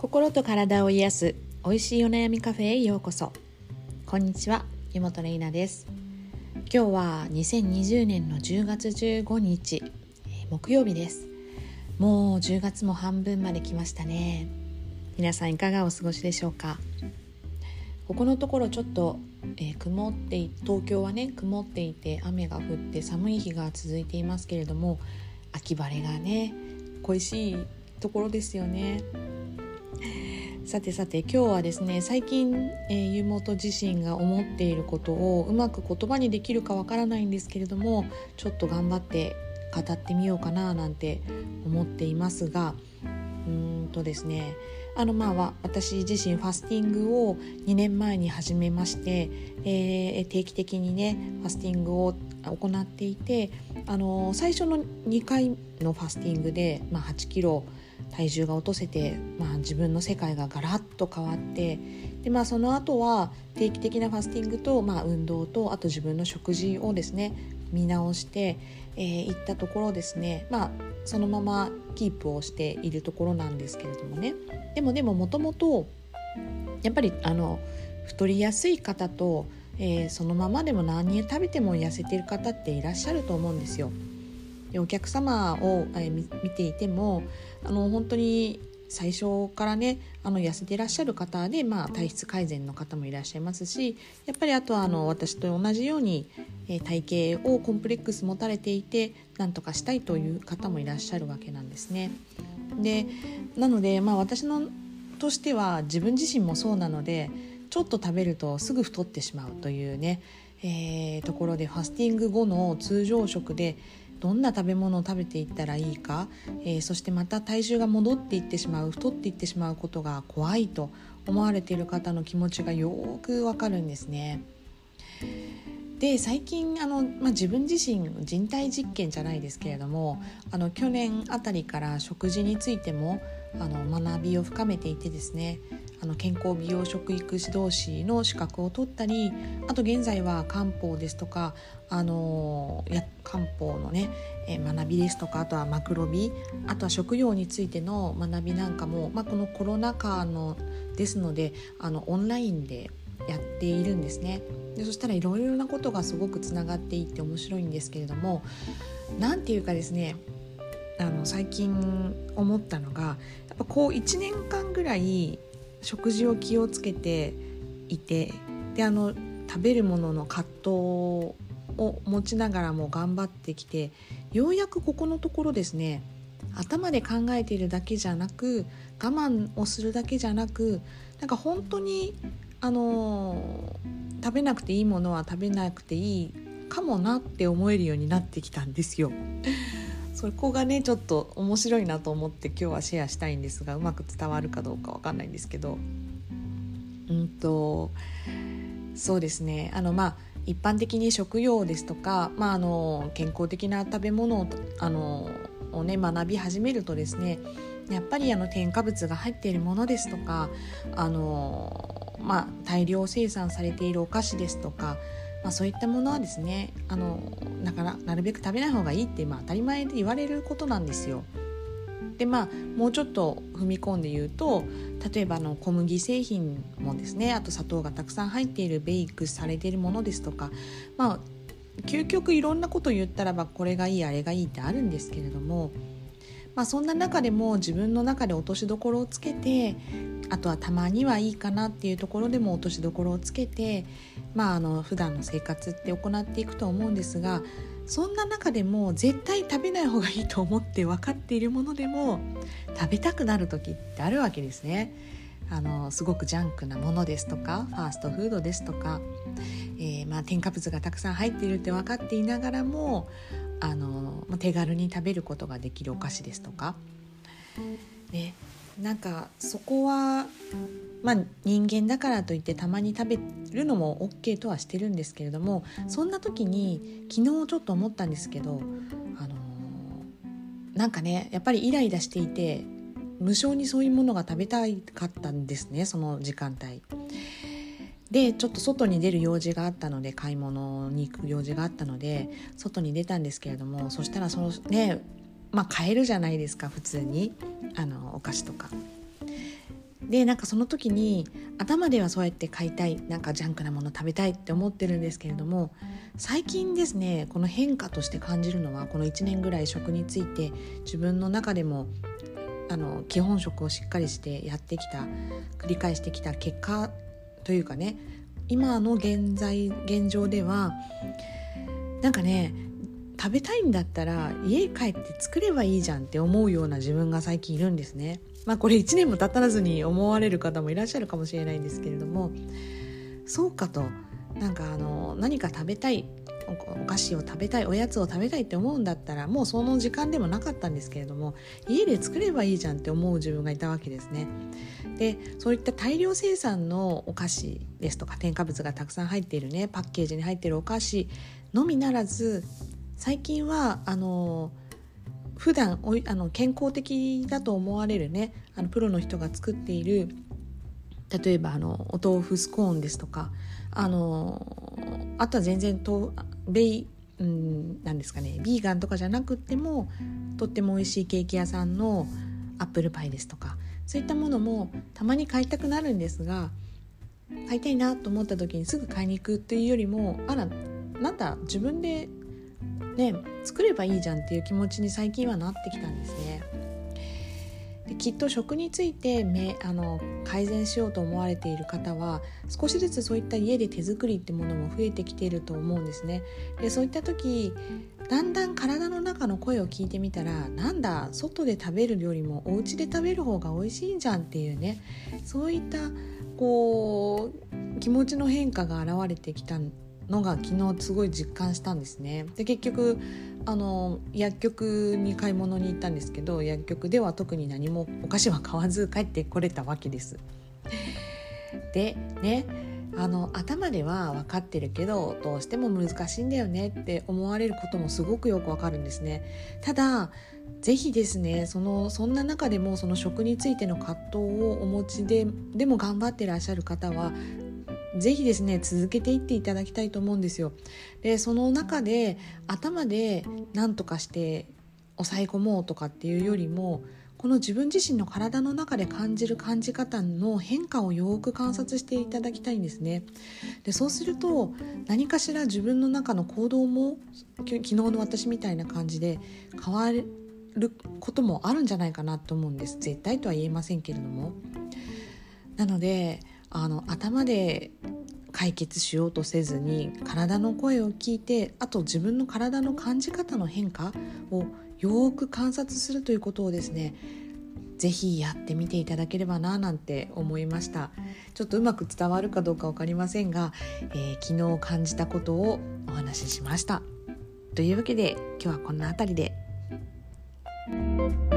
心と体を癒す美味しいお悩みカフェへようこそ。こんにちは、湯本玲奈です。今日は2020年の10月15日木曜日です。もう10月も半分まで来ましたね。皆さんいかがお過ごしでしょうか。ここのところちょっと、東京はね曇っていて雨が降って寒い日が続いていますけれども、秋晴れがね恋しいところですよね。さて今日はですね、最近、湯本自身が思っていることをうまく言葉にできるかわからないんですけれども、ちょっと頑張って語ってみようかななんて思っていますが、ですね、私自身ファスティングを2年前に始めまして、定期的にねファスティングを行っていて、最初の2回のファスティングで、8キロ体重が落とせて、自分の世界がガラッと変わって、で、その後は定期的なファスティングと、運動とあと自分の食事をですね見直して、いったところですね、そのままキープをしているところなんですけれどもね。でももともとやっぱり太りやすい方と、そのままでも何人食べても痩せている方っていらっしゃると思うんですよ。でお客様を、見ていても本当に最初からね痩せていらっしゃる方で、体質改善の方もいらっしゃいますし、やっぱりあとは私と同じように、体型をコンプレックス持たれていて何とかしたいという方もいらっしゃるわけなんですね。でなので、私のとしては自分自身もそうなので、ちょっと食べるとすぐ太ってしまうというね、ところでファスティング後の通常食でどんな食べ物を食べていったらいいか、そしてまた体重が戻っていってしまう、太っていってしまうことが怖いと思われている方の気持ちがよくわかるんですね。で最近自分自身人体実験じゃないですけれども、去年あたりから食事についても学びを深めていてですね、健康美容食育指導士の資格を取ったり、あと現在は漢方ですとか漢方のね、学びですとか、あとはマクロビ、あとは食用についての学びなんかも、このコロナ禍ですのでオンラインでやっているんですね。でそしたらいろいろなことがすごくつながっていって面白いんですけれども、なんていうかですね、最近思ったのが、やっぱこう1年間ぐらい食事を気をつけていて、で食べるものの葛藤を持ちながらも頑張ってきて、ようやくここのところですね、頭で考えているだけじゃなく、我慢をするだけじゃなく、本当に食べなくていいものは食べなくていいかもなって思えるようになってきたんですよ。そこがねちょっと面白いなと思って今日はシェアしたいんですが、うまく伝わるかどうかわかんないんですけど、そうですね、一般的に食用ですとか、健康的な食べ物を学び始めるとですね、やっぱり添加物が入っているものですとか、大量生産されているお菓子ですとか、そういったものはですねなるべく食べない方がいいって当たり前で言われることなんですよ。でもうちょっと踏み込んで言うと、例えば小麦製品もですね、あと砂糖がたくさん入っているベイクされているものですとか、究極いろんなことを言ったらばこれがいいあれがいいってあるんですけれども、そんな中でも自分の中で落としどころをつけて、あとはたまにはいいかなっていうところでも落としどころをつけて、普段の生活って行っていくと思うんですが、そんな中でも絶対食べない方がいいと思って分かっているものでも食べたくなる時ってあるわけですね。すごくジャンクなものですとかファーストフードですとか、添加物がたくさん入っているって分かっていながらも手軽に食べることができるお菓子ですとか、そこは人間だからといってたまに食べるのも OK とはしてるんですけれども、そんな時に昨日ちょっと思ったんですけど、やっぱりイライラしていて無性にそういうものが食べたかったんですね。その時間帯でちょっと外に出る用事があったので、買い物に行く用事があったので外に出たんですけれども、そしたら買えるじゃないですか普通にお菓子とかでなんかその時に頭ではそうやって買いたい、なんかジャンクなもの食べたいって思ってるんですけれども、最近ですねこの変化として感じるのは、この1年ぐらい食について自分の中でも基本食をしっかりしてやってきた、繰り返してきた結果というかね、今の現状ではなんかね、食べたいんだったら家帰って作ればいいじゃんって思うような自分が最近いるんですね。これ1年も経たずに思われる方もいらっしゃるかもしれないんですけれども、そうかと、なんか何か食べたい、お菓子を食べたい、おやつを食べたいって思うんだったら、もうその時間でもなかったんですけれども、家で作ればいいじゃんって思う自分がいたわけですね。でそういった大量生産のお菓子ですとか、添加物がたくさん入っているね、パッケージに入っているお菓子のみならず、最近は普段健康的だと思われるね、プロの人が作っている、例えばお豆腐スコーンですとか、あとは全然なんですかね、ビーガンとかじゃなくてもとっても美味しいケーキ屋さんのアップルパイですとか、そういったものもたまに買いたくなるんですが、買いたいなと思った時にすぐ買いに行くっていうよりも、なんだ自分でね作ればいいじゃんっていう気持ちに最近はなってきたんですね。できっと食について改善しようと思われている方は、少しずつそういった家で手作りってものも増えてきていると思うんですね。でそういった時、だんだん体の中の声を聞いてみたら、なんだ外で食べるよりもお家で食べる方が美味しいんじゃんっていうね、そういった気持ちの変化が現れてきたのが昨日すごい実感したんですね。で結局薬局に買い物に行ったんですけど、薬局では特に何もお菓子は買わず帰ってこれたわけです。でね、頭では分かってるけどどうしても難しいんだよねって思われることもすごくよく分かるんですね。ただぜひですね、そんな中でもその食についての葛藤をお持ちでも頑張っていらっしゃる方は、ぜひですね続けていっていただきたいと思うんですよ。でその中で頭で何とかして抑え込もうとかっていうよりも、この自分自身の体の中で感じる感じ方の変化をよく観察していただきたいんですね。でそうすると何かしら自分の中の行動も昨日の私みたいな感じで変わることもあるんじゃないかなと思うんです。絶対とは言えませんけれども。なので頭で解決しようとせずに、体の声を聞いて、あと自分の体の感じ方の変化をよく観察するということをですね、ぜひやってみていただければななんて思いました。ちょっとうまく伝わるかどうか分かりませんが、昨日感じたことをお話ししました。というわけで今日はこんなあたりで。